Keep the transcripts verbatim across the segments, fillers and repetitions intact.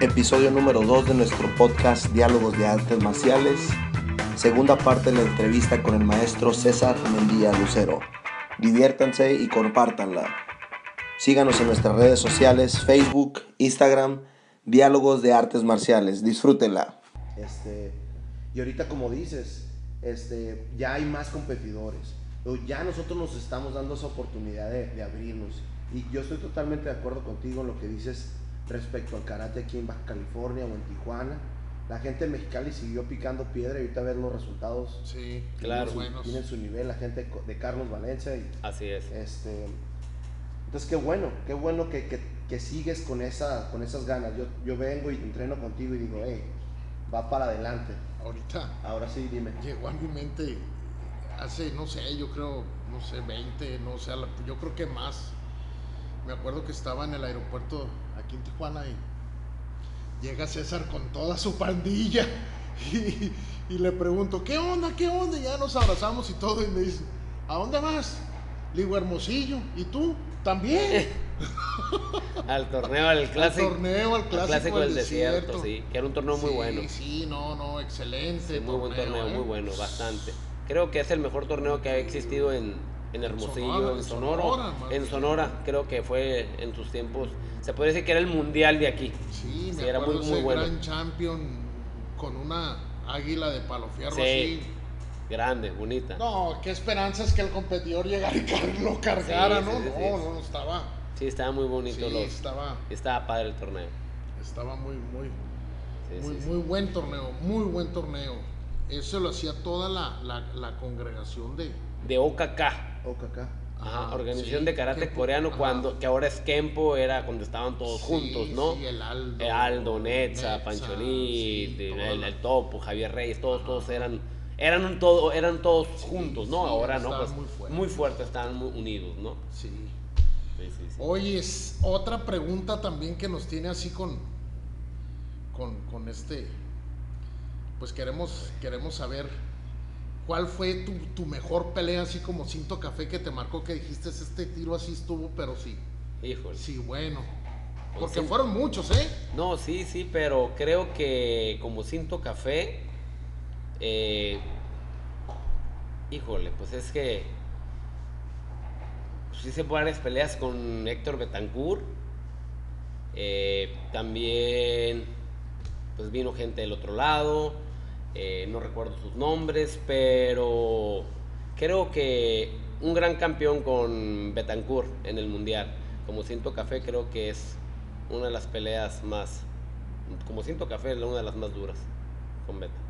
episodio número dos de nuestro podcast Diálogos de Artes Marciales, segunda parte de la entrevista con el maestro César Mendía Lucero. Diviértanse y compártanla. Síganos en nuestras redes sociales, Facebook, Instagram, Diálogos de Artes Marciales. Disfrútenla. Este, y ahorita, como dices, este, ya hay más competidores. Ya nosotros nos estamos dando esa oportunidad de, de abrirnos. Y yo estoy totalmente de acuerdo contigo en lo que dices respecto al karate aquí en Baja California o en Tijuana. La gente de Mexicali siguió picando piedra y ahorita ves los resultados. Sí, claro. Tienen su, tienen su nivel, la gente de Carlos Valencia. Y, así es. Este, entonces, qué bueno, qué bueno que, que, que sigues con, esa, con esas ganas. Yo, yo vengo y entreno contigo y digo, hey, va para adelante. Ahorita. Ahora sí, dime. Llegó a mi mente hace, no sé, yo creo, no sé, veinte, no sé, yo creo que más. Me acuerdo que estaba en el aeropuerto aquí en Tijuana y llega César con toda su pandilla y, y le pregunto, ¿qué onda? ¿Qué onda? Y ya nos abrazamos y todo y me dice, ¿a dónde vas? Le digo, Hermosillo. ¿Y tú? ¿También? Al torneo, al clásico. Al torneo, al clásico, al clásico del del desierto, desierto, sí, que era un torneo muy sí, bueno. Sí, no, no, excelente. Sí, muy torneo, buen torneo, ¿eh? muy bueno, bastante. Creo que es el mejor torneo que ha existido en, en Hermosillo, en Sonora. En Sonora, en Sonora, creo que fue en sus tiempos. Se puede decir que era el mundial de aquí. Sí, me sí, era acuerdo muy, muy ese bueno. Gran Champion con una águila de palo fierro sí, así. Grande, bonita. No, qué esperanzas que el competidor llegara y car- lo cargara, sí, ¿no? Sí, sí, no, sí. no, no, estaba. Sí, estaba muy bonito. Sí, los, estaba. Estaba padre el torneo. Estaba muy, muy, sí, muy, sí, muy sí. buen torneo, muy buen torneo. Eso lo hacía toda la, la, la congregación de. De O K K. O K K. Ajá, organización sí, de karate Kempo, coreano, ajá. cuando, que ahora es Kempo, era cuando estaban todos Sí, juntos, ¿no? Sí, el Aldo. El Aldo, Netza, Netza, Pancholí, sí, el, toda el, la- el Topo, Javier Reyes, todos, Ajá. todos eran, eran un todo, eran todos Sí, juntos, ¿no? sí, Ahora no, estaban pues muy fuertes. muy fuertes, estaban muy unidos, ¿no? Sí. Sí, sí, sí. Oye, es otra pregunta también que nos tiene así con, con, con este, pues queremos, queremos saber cuál fue tu, tu mejor pelea así como Cinto Café que te marcó, que dijiste, este tiro así estuvo, pero sí, Híjole. sí, bueno, Con porque Cinto- fueron muchos, ¿eh? No, sí, sí, pero creo que como Cinto Café, eh, híjole, pues es que pues hice varias peleas con Héctor Betancourt. Eh, también pues vino gente del otro lado, eh, no recuerdo sus nombres, pero creo que un gran campeón con Betancourt en el mundial. Como Cinto Café creo que es una de las peleas más, como Cinto Café es una de las más duras con Beta.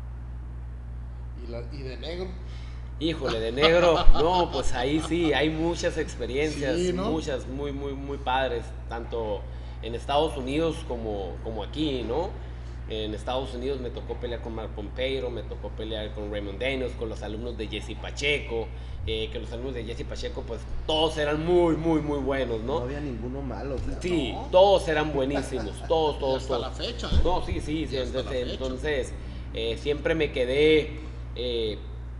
Y, la, y de negro. Híjole, de negro, no, pues ahí sí, hay muchas experiencias, Sí, ¿no? muchas, muy, muy, muy padres, tanto en Estados Unidos como, como aquí, ¿no? En Estados Unidos me tocó pelear con Mark Pompeiro, me tocó pelear con Raymond Daniels, con los alumnos de Jesse Pacheco, eh, que los alumnos de Jesse Pacheco, pues todos eran muy, muy, muy buenos, No ¿no? había ninguno malo. O sea, Sí, no. todos eran buenísimos, todos, Y todos, hasta todos. la fecha, ¿eh? No, sí, sí, sí, Y hasta la entonces, fecha. entonces eh, siempre me quedé eh,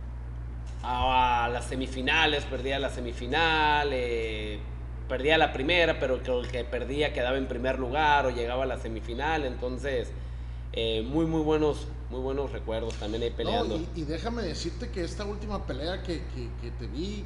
a las semifinales, perdía la semifinal, eh, perdía la primera, pero el que perdía quedaba en primer lugar o llegaba a la semifinal, entonces eh, muy, muy buenos, muy buenos recuerdos también ahí peleando. No, y, y déjame decirte que esta última pelea que, que, que te vi,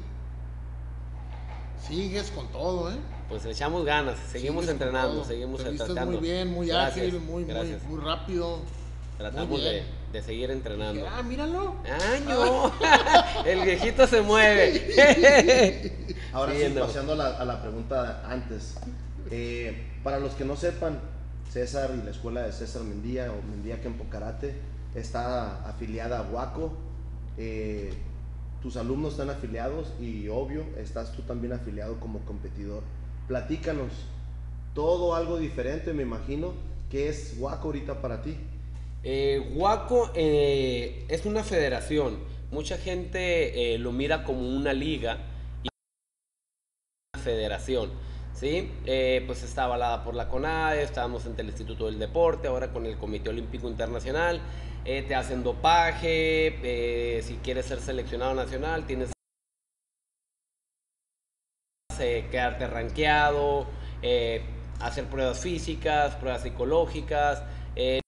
sigues con todo, ¿eh? Pues le echamos ganas, seguimos Sigues con entrenando, todo. seguimos Te vistes tratando. muy bien, muy Gracias, ágil, muy, muy, gracias. muy rápido. Tratamos muy de, bien. de seguir entrenando. Dije, ah, míralo. ¡Año! El viejito se mueve. Ahora sí, Siguiendo. pasando a la, a la pregunta antes. Eh, para los que no sepan, César y la escuela de César Mendía o Mendía Kempo Karate está afiliada a Waco. Eh, tus alumnos están afiliados y obvio, estás tú también afiliado como competidor. Platícanos, todo algo diferente, me imagino. ¿Qué es Waco ahorita para ti? Eh, Waco eh, es una federación. Mucha gente eh, lo mira como una liga y una federación. ¿Sí? Eh, pues está avalada por la CONADE, estábamos ante el Instituto del Deporte, ahora con el Comité Olímpico Internacional. Eh, te hacen dopaje, eh, si quieres ser seleccionado nacional tienes que quedarte rankeado, eh, hacer pruebas físicas, pruebas psicológicas. Eh,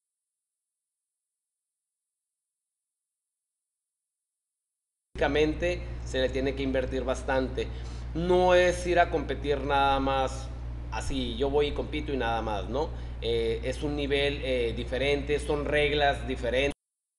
se le tiene que invertir bastante. No es ir a competir nada más así, yo voy y compito y nada más, ¿no? Eh, es un nivel eh, diferente, son reglas diferentes.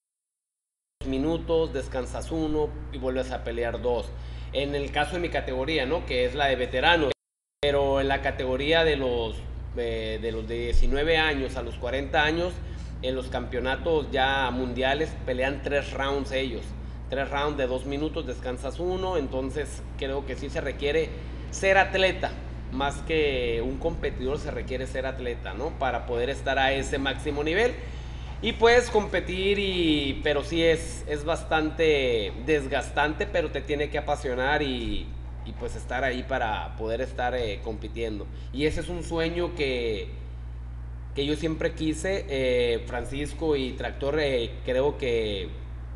Minutos, descansas uno y vuelves a pelear dos. En el caso de mi categoría, ¿no? Que es la de veteranos, pero en la categoría de los, eh, de los de diecinueve años a los cuarenta años, en los campeonatos ya mundiales pelean tres rounds ellos. Tres rounds de dos minutos, descansas uno, entonces creo que sí se requiere ser atleta, más que un competidor se requiere ser atleta, ¿no? Para poder estar a ese máximo nivel. Y puedes competir, y, pero sí es, es bastante desgastante, pero te tiene que apasionar y, y pues estar ahí para poder estar eh, compitiendo. Y ese es un sueño que, que yo siempre quise, eh, Francisco y Tractor, eh, creo que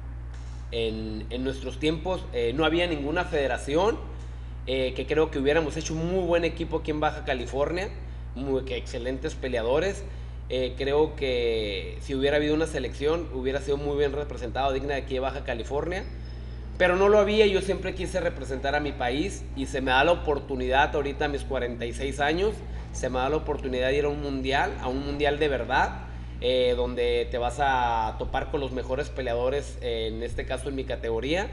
en, en nuestros tiempos eh, no había ninguna federación, eh, que creo que hubiéramos hecho un muy buen equipo aquí en Baja California, muy, que excelentes peleadores. Eh, creo que si hubiera habido una selección hubiera sido muy bien representado, digna de aquí de Baja California, pero no lo había. Yo siempre quise representar a mi país y se me da la oportunidad ahorita a mis cuarenta y seis años, se me da la oportunidad de ir a un mundial, a un mundial de verdad, eh, donde te vas a topar con los mejores peleadores, eh, en este caso en mi categoría,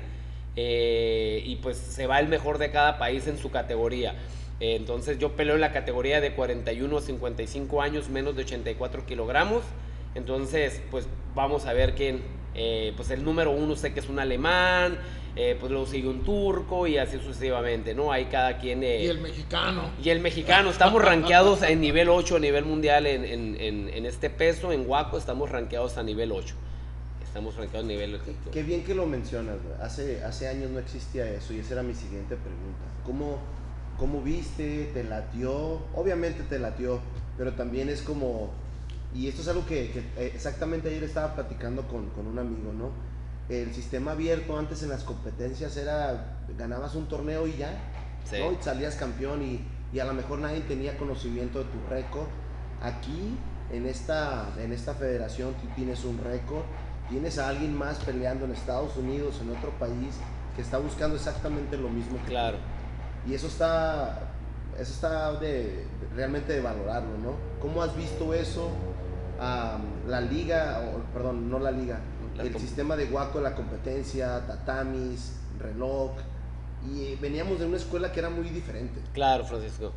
eh, y pues se va el mejor de cada país en su categoría. Entonces yo peleo en la categoría de cuarenta y uno a cincuenta y cinco años, menos de ochenta y cuatro kilogramos. Entonces pues vamos a ver quién, eh, pues el número uno sé que es un alemán, eh, pues luego sigue un turco y así sucesivamente, ¿no? Hay cada quien... Eh, y el mexicano. Y el mexicano, estamos rankeados en nivel ocho a nivel mundial en, en, en, en este peso, en Waco estamos rankeados a nivel ocho. Estamos rankeados a nivel ocho. Qué, qué bien que lo mencionas, hace, hace años no existía eso y esa era mi siguiente pregunta. ¿Cómo... ¿Cómo viste? ¿Te latió? Obviamente te latió, pero también es como... Y esto es algo que, que exactamente ayer estaba platicando con, con un amigo, ¿no? El sistema abierto antes en las competencias era... Ganabas un torneo y ya, sí, ¿no? Y salías campeón y, y a lo mejor nadie tenía conocimiento de tu récord. Aquí, en esta, en esta federación, tú tienes un récord, tienes a alguien más peleando en Estados Unidos, en otro país, que está buscando exactamente lo mismo que claro. tú. Y eso está, eso está de, de, realmente de valorarlo, ¿no? ¿Cómo has visto eso? Um, la liga, o, perdón, no la liga, la el sistema de Waco, la competencia, tatamis, reloj, y veníamos de una escuela que era muy diferente. Claro, Francisco.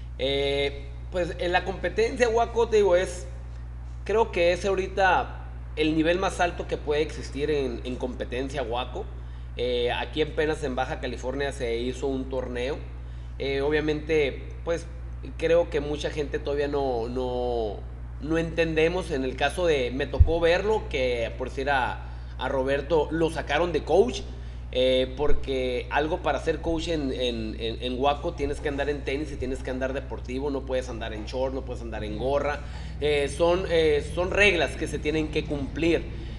Eh, pues en la competencia Waco, te digo, es, creo que es ahorita el nivel más alto que puede existir en, en competencia Waco. Eh, aquí apenas en Baja California se hizo un torneo. Eh, obviamente, pues creo que mucha gente todavía no, no, no entendemos. En el caso de, me tocó verlo, que por decir a, a Roberto lo sacaron de coach, eh, porque algo para ser coach en, en, en, en Waco tienes que andar en tenis y tienes que andar deportivo, no puedes andar en short, no puedes andar en gorra. Eh, son, eh, son reglas que se tienen que cumplir.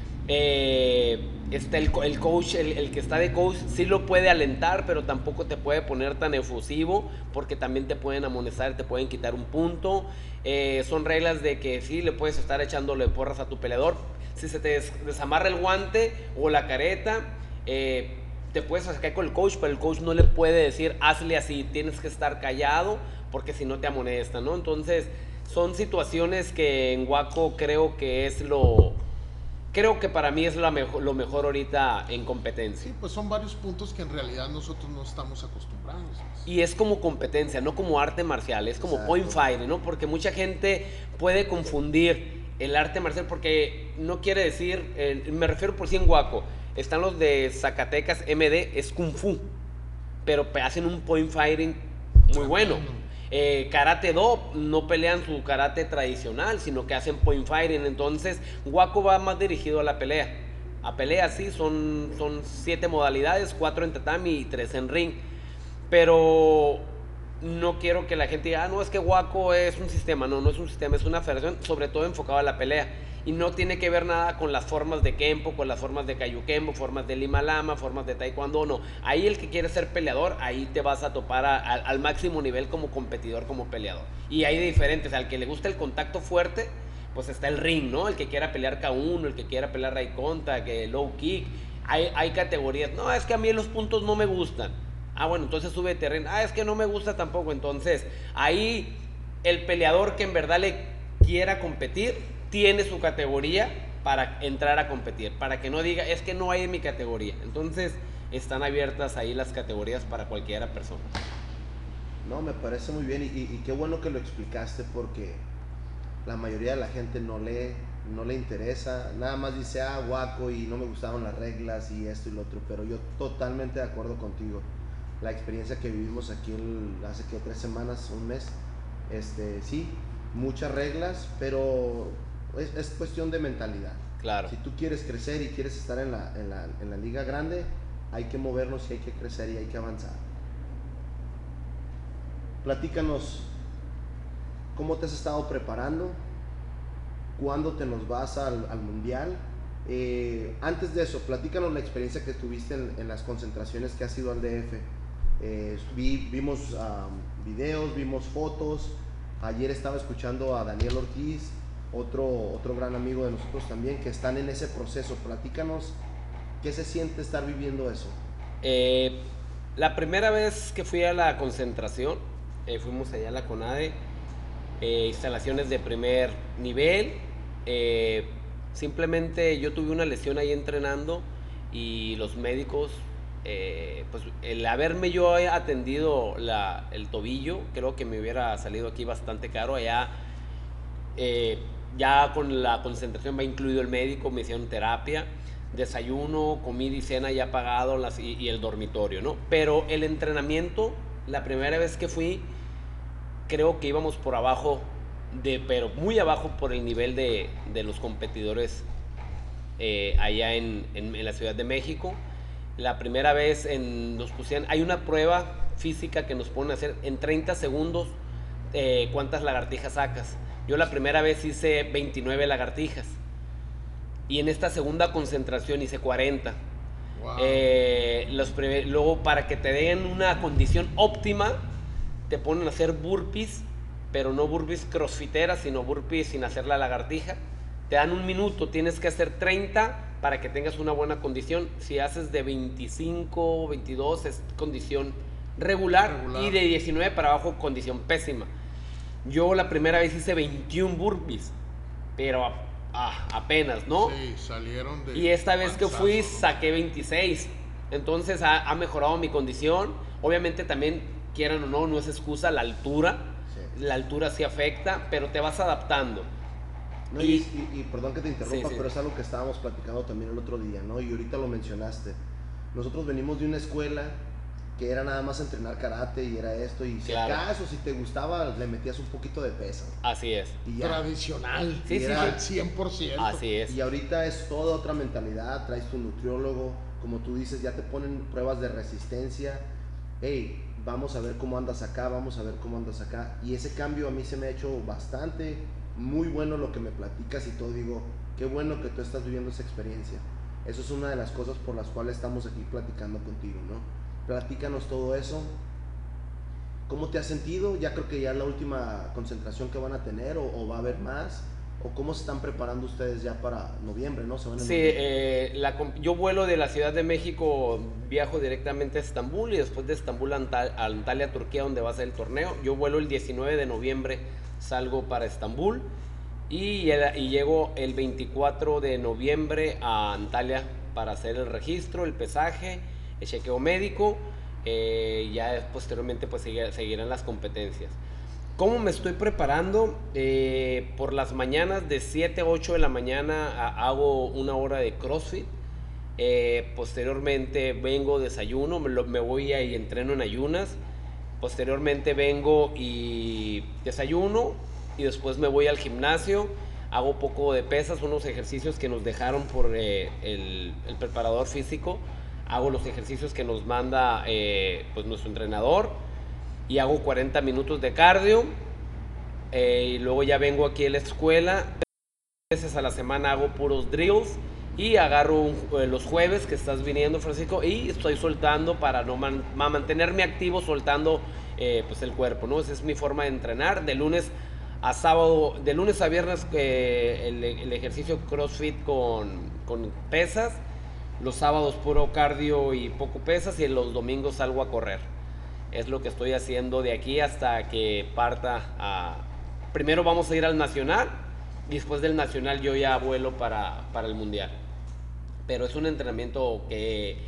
Eh, está el, el coach, el, el que está de coach sí lo puede alentar, pero tampoco te puede poner tan efusivo, porque también te pueden amonestar, te pueden quitar un punto. Eh, son reglas de que sí le puedes estar echándole porras a tu peleador. Si se te des, desamarra el guante o la careta, eh, te puedes acercar con el coach, pero el coach no le puede decir hazle así, tienes que estar callado porque si no te amonesta, ¿no? Entonces son situaciones que en Waco creo que es lo... Creo que para mí es la mejor, lo mejor ahorita en competencia. Sí, pues son varios puntos que en realidad nosotros no estamos acostumbrados. Y es como competencia, no como arte marcial, es como Exacto. point fight, ¿no? Porque mucha gente puede confundir el arte marcial, porque no quiere decir, eh, me refiero por sí en Waco, están los de Zacatecas, M D, es Kung Fu, pero hacen un point fighting muy bueno. Eh, karate Do no pelean su karate tradicional, sino que hacen point fighting. Entonces Waco va más dirigido a la pelea. A pelea sí, son, son siete modalidades, cuatro en tatami y tres en ring. Pero no quiero que la gente diga, ah, no, es que Waco es un sistema. No, no es un sistema, es una federación sobre todo enfocada a la pelea. y no tiene que ver nada con las formas de Kempo, con las formas de Kayukembo, formas de Lima Lama, formas de Taekwondo, no. Ahí el que quiere ser peleador, ahí te vas a topar a, a, al máximo nivel como competidor, como peleador. Y hay de diferentes, al que le gusta el contacto fuerte, pues está el ring, ¿no? El que quiera pelear K uno, el que quiera pelear high contact, que low kick. Hay, hay categorías. No, es que a mí los puntos no me gustan. Ah, bueno, entonces sube de terreno. Ah, es que no me gusta tampoco. Entonces, ahí el peleador que en verdad le quiera competir, tiene su categoría para entrar a competir. Para que no diga, es que no hay en mi categoría. Entonces, están abiertas ahí las categorías para cualquiera persona. No, me parece muy bien y, y, y qué bueno que lo explicaste porque la mayoría de la gente no lee, no le interesa, nada más dice, ah, guaco y no me gustaban las reglas y esto y lo otro, pero yo totalmente de acuerdo contigo. La experiencia que vivimos aquí el, hace que tres semanas, un mes, este, sí, muchas reglas, pero es, es cuestión de mentalidad. Claro. Si tú quieres crecer y quieres estar en la, en la, en la liga grande, hay que movernos y hay que crecer y hay que avanzar. Platícanos, ¿cómo te has estado preparando? ¿Cuándo te nos vas al, al mundial? Eh, antes de eso, platícanos la experiencia que tuviste en, en las concentraciones que has ido al D F. Eh, vi, vimos um, videos, vimos fotos. Ayer estaba escuchando a Daniel Ortiz, otro, otro gran amigo de nosotros también, que están en ese proceso. Platícanos, ¿qué se siente estar viviendo eso? Eh, la primera vez que fui a la concentración, eh, fuimos allá a la CONADE, eh, instalaciones de primer nivel. Eh, simplemente yo tuve una lesión ahí entrenando y los médicos, eh, pues el haberme yo atendido la, el tobillo, creo que me hubiera salido aquí bastante caro. Allá eh, ya con la concentración va incluido el médico, me hicieron terapia, desayuno, comida y cena ya pagado las, y, y el dormitorio, ¿no? Pero el entrenamiento, la primera vez que fui, creo que íbamos por abajo, de, pero muy abajo por el nivel de, de los competidores eh, allá en, en, en la Ciudad de México. La primera vez en, nos pusieron, hay una prueba física que nos ponen a hacer en treinta segundos eh, cuántas lagartijas sacas. Yo la primera vez hice veintinueve lagartijas y en esta segunda concentración hice cuarenta. Wow. Eh, los primer, luego para que te den una condición óptima te ponen a hacer burpees, pero no burpees crossfiteras, sino burpees sin hacer la lagartija. Te dan un minuto, tienes que hacer treinta para que tengas una buena condición. Si haces de veinticinco, veintidós es condición regular, regular. Y de diecinueve para abajo condición pésima. Yo la primera vez hice veintiún burpees, pero a, a, apenas, ¿no? Sí, salieron de... Y esta vez que fui saqué veintiséis. Entonces ha, ha mejorado mi condición. Obviamente también, quieran o no, no es excusa la altura. Sí. La altura sí afecta, pero te vas adaptando. No, y, y, y, y perdón que te interrumpa, sí, sí. pero es algo que estábamos platicando también el otro día, ¿no? Y ahorita lo mencionaste. Nosotros venimos de una escuela que era nada más entrenar karate y era esto, y si claro. acaso, si te gustaba, le metías un poquito de peso. Así es. Y ya. Tradicional. Sí, y sí, era sí. cien por ciento. Así es. Y ahorita es toda otra mentalidad, traes tu nutriólogo, como tú dices, ya te ponen pruebas de resistencia. Hey, vamos a ver cómo andas acá, vamos a ver cómo andas acá. Y ese cambio a mí se me ha hecho bastante... muy bueno lo que me platicas y todo, digo, qué bueno que tú estás viviendo esa experiencia. Eso es una de las cosas por las cuales estamos aquí platicando contigo, ¿no? Platícanos todo eso. ¿Cómo te has sentido? Ya creo que ya es la última concentración que van a tener, o, o va a haber más, o cómo se están preparando ustedes ya para noviembre, ¿no? ¿Se van sí, eh, la, yo vuelo de la Ciudad de México, viajo directamente a Estambul y después de Estambul a, Antal, a Antalya, Turquía, donde va a ser el torneo. Yo vuelo el diecinueve de noviembre, salgo para Estambul y, y llego el veinticuatro de noviembre a Antalya para hacer el registro, el pesaje, el chequeo médico. Eh, ya posteriormente pues seguir, seguirán las competencias. ¿Cómo me estoy preparando? Eh, por las mañanas de siete a ocho de la mañana a, hago una hora de CrossFit. Eh, posteriormente vengo, desayuno, me, lo, me voy y entreno en ayunas. Posteriormente vengo y desayuno y después me voy al gimnasio, hago poco de pesas, unos ejercicios que nos dejaron por eh, el, el preparador físico, hago los ejercicios que nos manda eh, pues nuestro entrenador y hago cuarenta minutos de cardio, eh, y luego ya vengo aquí a la escuela. veces a la semana hago puros drills y agarro un, eh, los jueves que estás viniendo, Francisco, y estoy soltando para no man, ma, mantenerme activo, soltando eh, pues el cuerpo, ¿no? Esa es mi forma de entrenar, de lunes a sábado, de lunes a viernes eh, el, el ejercicio CrossFit con, con pesas, los sábados puro cardio y poco pesas, y en los domingos salgo a correr. Es lo que estoy haciendo de aquí hasta que parta a... Primero vamos a ir al Nacional, y después del Nacional yo ya vuelo para, para el Mundial. Pero es un entrenamiento que,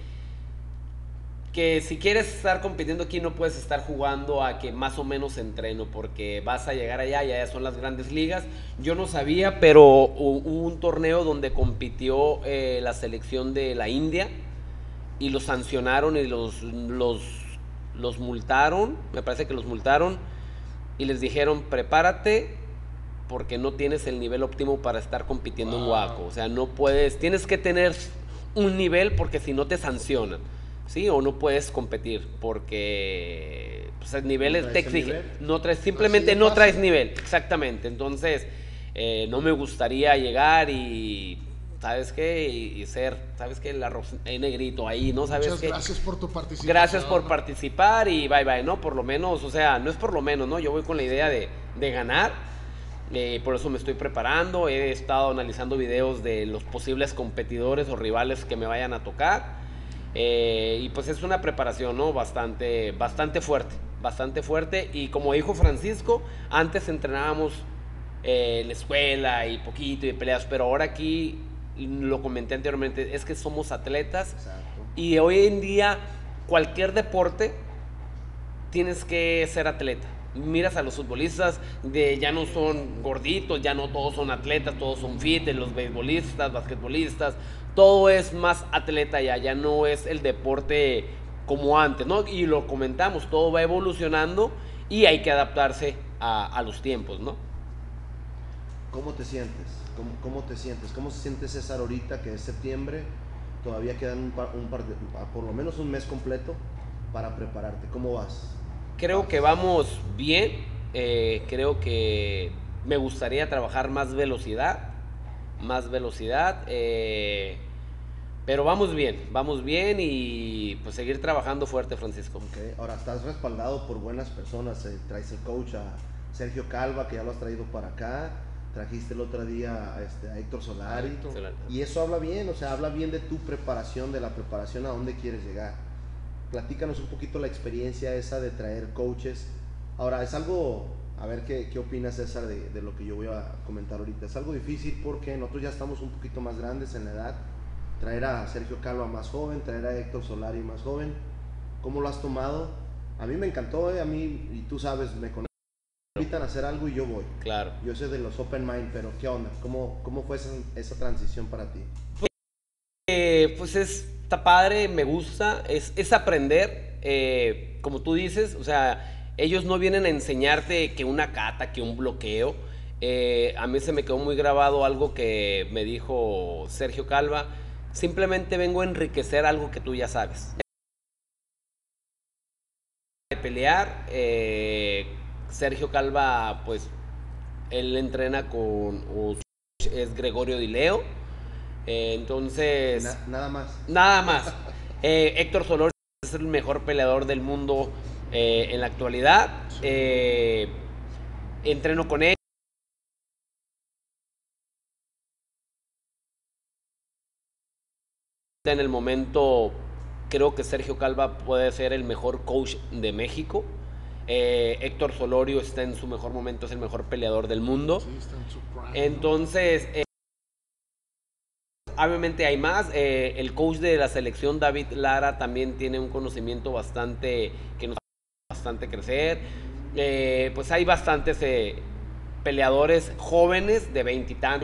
que si quieres estar compitiendo aquí no puedes estar jugando a que más o menos entreno, porque vas a llegar allá, ya son las grandes ligas. Yo no sabía, pero hubo un torneo donde compitió eh, la selección de la India y los sancionaron y los, los, los multaron, me parece que los multaron y les dijeron prepárate porque no tienes el nivel óptimo para estar compitiendo wow. en Waco. O sea, no puedes, tienes que tener un nivel porque si no te sancionan, ¿sí? O no puedes competir porque pues, el nivel ¿No te exige. No traes, simplemente no traes nivel, exactamente. Entonces, eh, no me gustaría llegar y, ¿sabes qué? Y, y ser, ¿sabes qué? El arroz en negrito ahí, ¿no? ¿Sabes Muchas qué? gracias por tu participación. Gracias por participar y bye bye, ¿no? Por lo menos, o sea, no es por lo menos, ¿no? Yo voy con la idea de, de ganar. Eh, por eso me estoy preparando, he estado analizando videos de los posibles competidores o rivales que me vayan a tocar eh, y pues es una preparación, ¿no? bastante, bastante fuerte, bastante fuerte y como dijo Francisco, antes entrenábamos eh, en la escuela y poquito y peleas, pero ahora aquí, lo comenté anteriormente, es que somos atletas. Exacto. Y hoy en día cualquier deporte tienes que ser atleta. Miras a los futbolistas, de, ya no son gorditos, ya no todos son atletas, todos son fit, los beisbolistas, basquetbolistas, todo es más atleta ya, ya no es el deporte como antes, ¿no? Y lo comentamos, todo va evolucionando y hay que adaptarse a, a los tiempos, ¿no? ¿Cómo te sientes? ¿Cómo, cómo te sientes? ¿Cómo se siente César ahorita que es septiembre? Todavía quedan un par, un par de, por lo menos un mes completo para prepararte. ¿Cómo vas? Creo que vamos bien, eh, creo que me gustaría trabajar más velocidad, más velocidad, eh, pero vamos bien, vamos bien y pues seguir trabajando fuerte, Francisco. Okay. Ahora estás respaldado por buenas personas, eh, traes el coach a Sergio Calva, que ya lo has traído para acá, trajiste el otro día a, este, a Héctor Solari, Héctor. Y eso habla bien, o sea, habla bien de tu preparación, de la preparación a dónde quieres llegar. Platícanos un poquito la experiencia esa de traer coaches. Ahora, es algo, a ver qué, qué opinas César de, de lo que yo voy a comentar ahorita. Es algo difícil porque nosotros ya estamos un poquito más grandes en la edad. Traer a Sergio Calva más joven, traer a Héctor Solari más joven. ¿Cómo lo has tomado? A mí me encantó, eh, a mí, y tú sabes, me conocen, me invitan a hacer algo y yo voy. Claro. Yo soy de los open mind, pero ¿qué onda? ¿Cómo, cómo fue esa, esa transición para ti? Eh, pues es... Está padre, me gusta, es, es aprender, eh, como tú dices, o sea, ellos no vienen a enseñarte que una kata, que un bloqueo. Eh, a mí se me quedó muy grabado algo que me dijo Sergio Calva, simplemente vengo a enriquecer algo que tú ya sabes. De pelear, eh, Sergio Calva, pues, él entrena con, o es Gregorio Di Leo. Eh, entonces... Na, nada más. Nada más. Eh, Héctor Solari es el mejor peleador del mundo eh, en la actualidad. Eh, entreno con él. En el momento, creo que Sergio Calva puede ser el mejor coach de México. Eh, Héctor Solorio está en su mejor momento, es el mejor peleador del mundo. Sí, está en su prime, Entonces... Eh, obviamente hay más, eh, el coach de la selección David Lara también tiene un conocimiento bastante que nos hace bastante crecer, eh, pues hay bastantes eh, peleadores jóvenes de veintitantos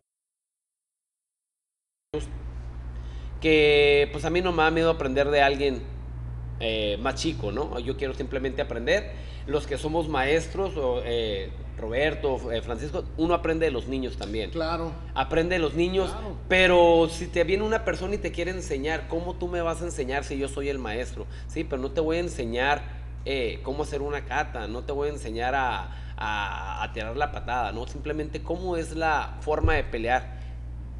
que pues a mí no me da miedo aprender de alguien eh, más chico, ¿no? Yo quiero simplemente aprender. Los que somos maestros, o, eh, Roberto, eh, Francisco, uno aprende de los niños también. Claro. Aprende de los niños, claro. Pero si te viene una persona y te quiere enseñar, ¿cómo tú me vas a enseñar si yo soy el maestro? Sí, pero no te voy a enseñar eh, cómo hacer una kata, no te voy a enseñar a, a, a tirar la patada, ¿no? Simplemente cómo es la forma de pelear.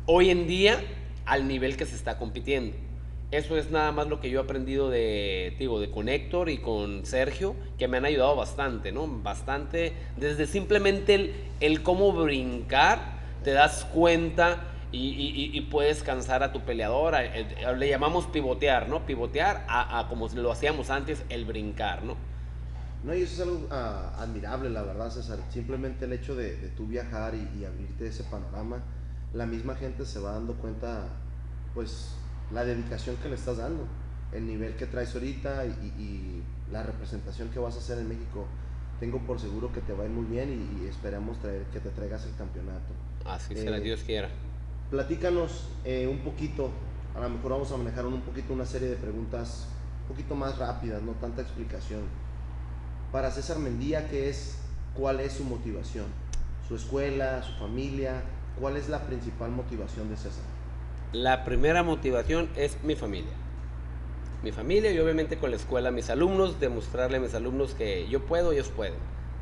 hoy en día al nivel que se está compitiendo. Eso es nada más lo que yo he aprendido de, digo, de con Héctor y con Sergio, que me han ayudado bastante, ¿no? Bastante, desde simplemente el, el cómo brincar, te das cuenta y, y, y puedes cansar a tu peleador. Le llamamos pivotear, ¿no? Pivotear a, a como lo hacíamos antes, el brincar, ¿no? No, y eso es algo uh, admirable, la verdad, César. Simplemente el hecho de, de tú viajar y, y abrirte ese panorama, la misma gente se va dando cuenta, pues, la dedicación que le estás dando, el nivel que traes ahorita y, y la representación que vas a hacer en México. Tengo por seguro que te va a ir muy bien y, y esperamos traer, que te traigas el campeonato. Así eh, será, Dios quiera. Platícanos eh, un poquito, a lo mejor vamos a manejar un poquito una serie de preguntas un poquito más rápidas, no tanta explicación. Para César Mendía, ¿qué es, cuál es su motivación? ¿Su escuela, su familia? ¿Cuál es la principal motivación de César? La primera motivación es mi familia. Mi familia y obviamente con la escuela, mis alumnos, demostrarle a mis alumnos que yo puedo, ellos pueden.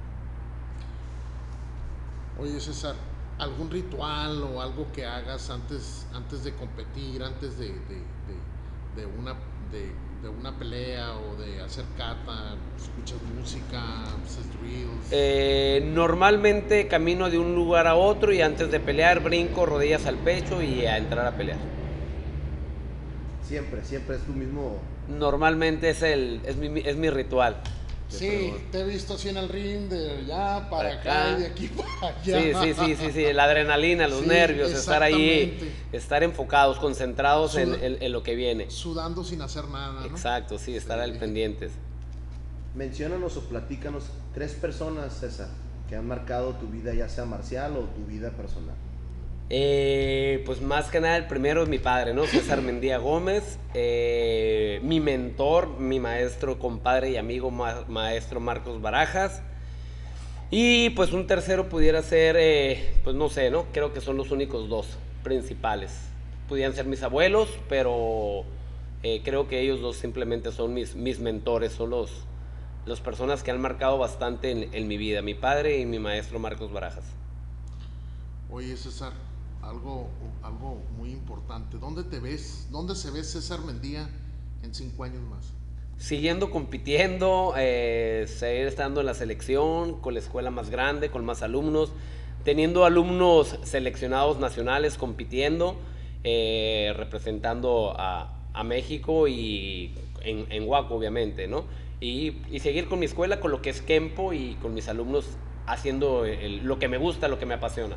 Oye, César, ¿algún ritual o algo que hagas antes, antes de competir, antes de, de, de, de, una, de, de una pelea o de hacer kata? ¿Escuchas música? ¿Haces ruidos? Eh, normalmente camino de un lugar a otro y antes de pelear brinco rodillas al pecho y a entrar a pelear. Siempre, siempre es tu mismo... Normalmente es, el, es, mi, es mi ritual. Sí, te he visto así en el ring, de allá para acá, acá y de aquí para allá. Sí, sí, sí, sí, sí, la adrenalina, los sí, nervios, estar ahí, estar enfocados, concentrados Sud en, en, en lo que viene. Sudando sin hacer nada, ¿no? Exacto, sí, estar sí. al pendientes. Menciónanos o platícanos tres personas, César, que han marcado tu vida, ya sea marcial o tu vida personal. Eh, pues más que nada el primero es mi padre, ¿no? César Mendía Gómez, eh, mi mentor, mi maestro, compadre y amigo ma maestro Marcos Barajas, y pues un tercero pudiera ser, eh, pues no sé, ¿no? Creo que son los únicos dos principales. Pudieran ser mis abuelos, pero eh, creo que ellos dos simplemente son mis, mis mentores, son los, las personas que han marcado bastante en, en mi vida, mi padre y mi maestro Marcos Barajas. Oye, César, algo, algo muy importante. ¿Dónde te ves? ¿Dónde se ve César Mendía en cinco años más? Siguiendo compitiendo, eh, seguir estando en la selección, con la escuela más grande, con más alumnos, teniendo alumnos seleccionados nacionales compitiendo, eh, representando a, a México y en, en Huaco, obviamente, ¿no? Y, y seguir con mi escuela, con lo que es Kempo y con mis alumnos haciendo el, lo que me gusta, lo que me apasiona.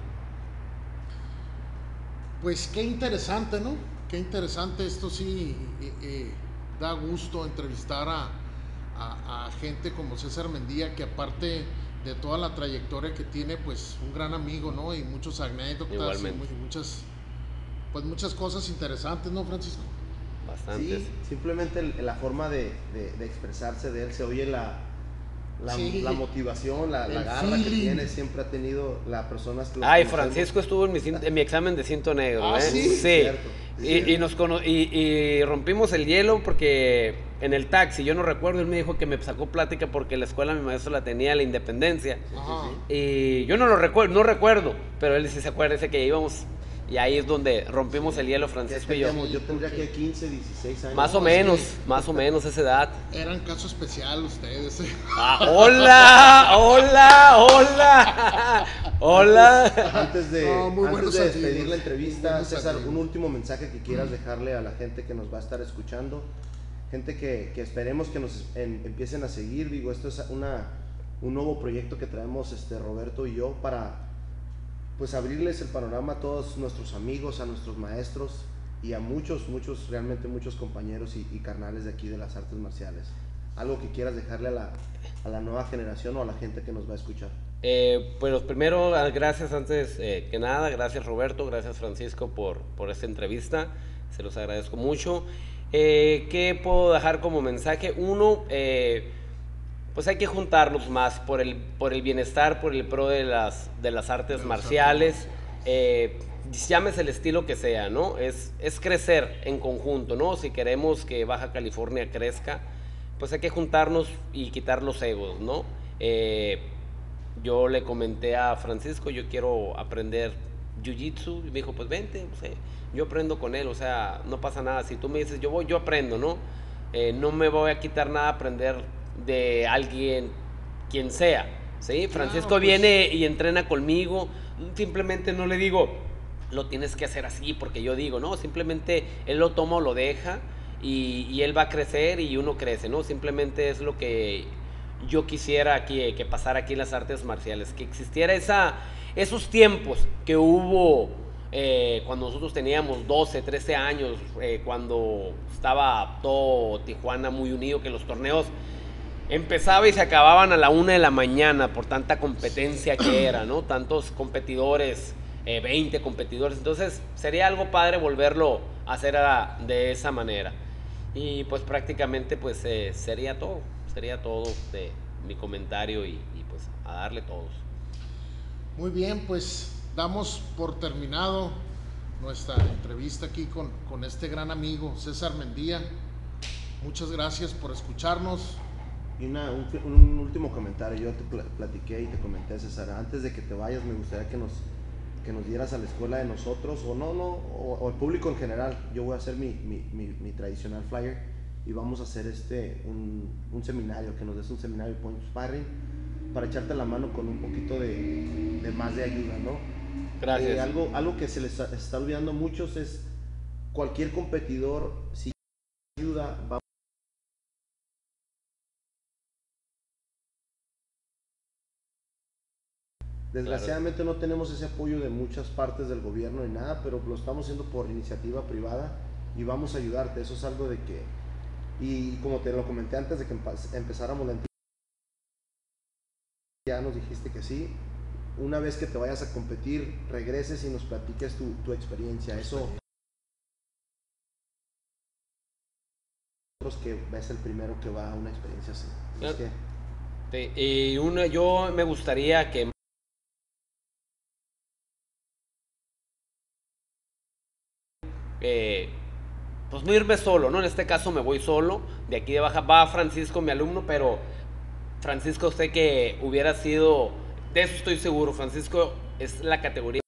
Pues qué interesante, ¿no? Qué interesante, esto sí eh, eh, da gusto entrevistar a, a, a gente como César Mendía, que aparte de toda la trayectoria que tiene, pues un gran amigo, ¿no? Y muchos anécdotas y muchas, pues muchas cosas interesantes, ¿no, Francisco? Bastantes. Sí, simplemente la forma de, de, de expresarse de él, se oye la... La, sí, la motivación, la, la garra feeling. que tiene, siempre ha tenido las personas que... Ay, Francisco estuvo en mi, en mi examen de cinto negro, ah, ¿eh? Sí, sí. Cierto, y, y, nos cono y, y rompimos el hielo porque en el taxi, yo no recuerdo, él me dijo que me sacó plática porque la escuela mi maestro la tenía en la Independencia. Ajá. Y yo no lo recuerdo, no recuerdo, pero él sí se acuerda, dice que íbamos... Y ahí es donde rompimos sí. el hielo, Francisco y yo. Yo tendría que quince, dieciséis años. Más o menos, más o menos esa edad. Eran caso especial ustedes. Ah, hola, hola, hola, hola. Antes de, no, antes de despedir amigos. la entrevista, César, amigos. un último mensaje que quieras dejarle a la gente que nos va a estar escuchando. Gente que, que esperemos que nos en, empiecen a seguir. Digo, esto es una, un nuevo proyecto que traemos este, Roberto y yo para... pues abrirles el panorama a todos nuestros amigos, a nuestros maestros y a muchos, muchos, realmente muchos compañeros y, y carnales de aquí de las artes marciales. ¿Algo que quieras dejarle a la, a la nueva generación o a la gente que nos va a escuchar? Eh, pues primero, gracias antes eh, que nada, gracias Roberto, gracias Francisco por, por esta entrevista, se los agradezco mucho. Eh, ¿Qué puedo dejar como mensaje? Uno, eh, pues hay que juntarnos más por el, por el bienestar, por el pro de las, de las artes marciales, eh, llámese el estilo que sea, ¿no? Es, es crecer en conjunto, ¿no? Si queremos que Baja California crezca, pues hay que juntarnos y quitar los egos, ¿no? Eh, yo le comenté a Francisco, yo quiero aprender jiu-jitsu, y me dijo, pues vente, o sea, yo aprendo con él, o sea, no pasa nada, si tú me dices, yo voy, yo aprendo, ¿no? Eh, no me voy a quitar nada aprender de alguien, quien sea, ¿sí? Francisco Claro, pues, viene y entrena conmigo, simplemente no le digo, lo tienes que hacer así, porque yo digo, no, simplemente él lo toma o lo deja, y, y él va a crecer y uno crece, ¿no? Simplemente es lo que yo quisiera aquí, que pasara aquí en las artes marciales, que existiera esa, esos tiempos que hubo eh, cuando nosotros teníamos doce, trece años, eh, cuando estaba todo Tijuana muy unido, que los torneos empezaba y se acababan a la una de la mañana por tanta competencia que era, ¿no? Tantos competidores, eh, veinte competidores, entonces sería algo padre volverlo a hacer a, de esa manera. Y pues prácticamente pues eh, sería todo, sería todo de mi comentario y, y pues a darle todos. Muy bien, pues damos por terminado nuestra entrevista aquí con, con este gran amigo César Mendía. Muchas gracias por escucharnos. Y una, un, un último comentario, yo te pl platiqué y te comenté, César, antes de que te vayas me gustaría que nos, que nos dieras a la escuela de nosotros, o no, no, o, o el público en general. Yo voy a hacer mi, mi, mi, mi tradicional flyer y vamos a hacer este, un, un seminario, que nos des un seminario de point sparring para echarte la mano con un poquito de, de más de ayuda, ¿no? Gracias. Eh, algo, algo que se les está olvidando a muchos es cualquier competidor, si ayuda, va Desgraciadamente claro. No tenemos ese apoyo de muchas partes del gobierno ni nada, pero lo estamos haciendo por iniciativa privada y vamos a ayudarte. Eso es algo de que, y como te lo comenté antes de que empezáramos la entrevista, ya nos dijiste que sí. Una vez que te vayas a competir, regreses y nos platiques tu, tu experiencia. Eso, que ves el primero que va a una experiencia así. Claro. Es que... Y una, yo me gustaría que Eh, pues no irme solo, ¿no? En este caso me voy solo, de aquí de baja va Francisco, mi alumno, pero Francisco sé que hubiera sido, de eso estoy seguro, Francisco es la categoría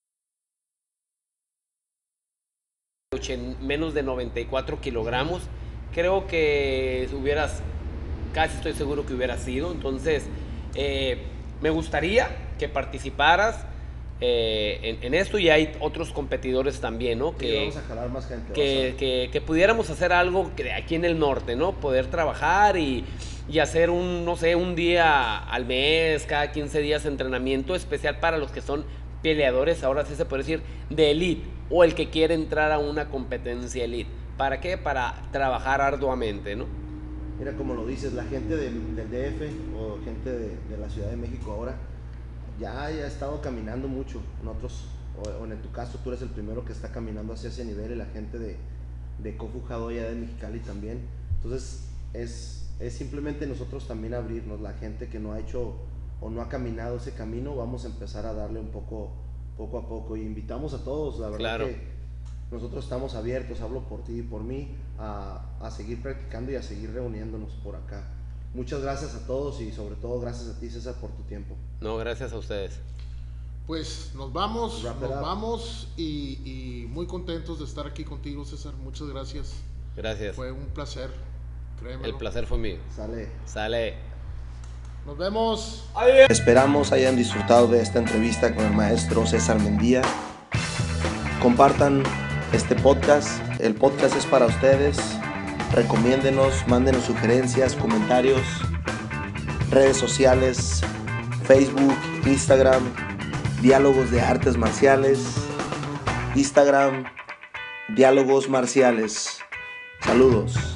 menos de noventa y cuatro kilogramos, creo que hubieras, casi estoy seguro que hubiera sido, entonces eh, me gustaría que participaras Eh, en, en esto, y hay otros competidores también, ¿no? Que, vamos a jalar más gente, que, que, que pudiéramos hacer algo que aquí en el norte, ¿no? Poder trabajar y, y hacer un, no sé, un día al mes, cada quince días entrenamiento especial para los que son peleadores, ahora sí se puede decir, de elite, o el que quiere entrar a una competencia elite. ¿Para qué? Para trabajar arduamente, ¿no? Mira, como lo dices, la gente del, del D F o gente de, de la Ciudad de México ahora ya, ya ha estado caminando mucho. Nosotros, o, o en tu caso, tú eres el primero que está caminando hacia ese nivel, y la gente de, de Kung Fu Hado ya de Mexicali también. Entonces, es, es simplemente nosotros también abrirnos. La gente que no ha hecho o no ha caminado ese camino, vamos a empezar a darle un poco, poco a poco. Y invitamos a todos, la verdad claro. que nosotros estamos abiertos, hablo por ti y por mí, a, a seguir practicando y a seguir reuniéndonos por acá. Muchas gracias a todos y sobre todo gracias a ti, César, por tu tiempo. No, gracias a ustedes. Pues nos vamos, nos vamos y, y muy contentos de estar aquí contigo, César. Muchas gracias. Gracias. Fue un placer, créemelo. El placer fue mío. Sale. Sale. Nos vemos. Adiós. Esperamos hayan disfrutado de esta entrevista con el maestro César Mendía. Compartan este podcast. El podcast es para ustedes. Recomiéndenos, mándenos sugerencias, comentarios, redes sociales, Facebook, Instagram, Diálogos de Artes Marciales, Instagram, Diálogos Marciales. Saludos.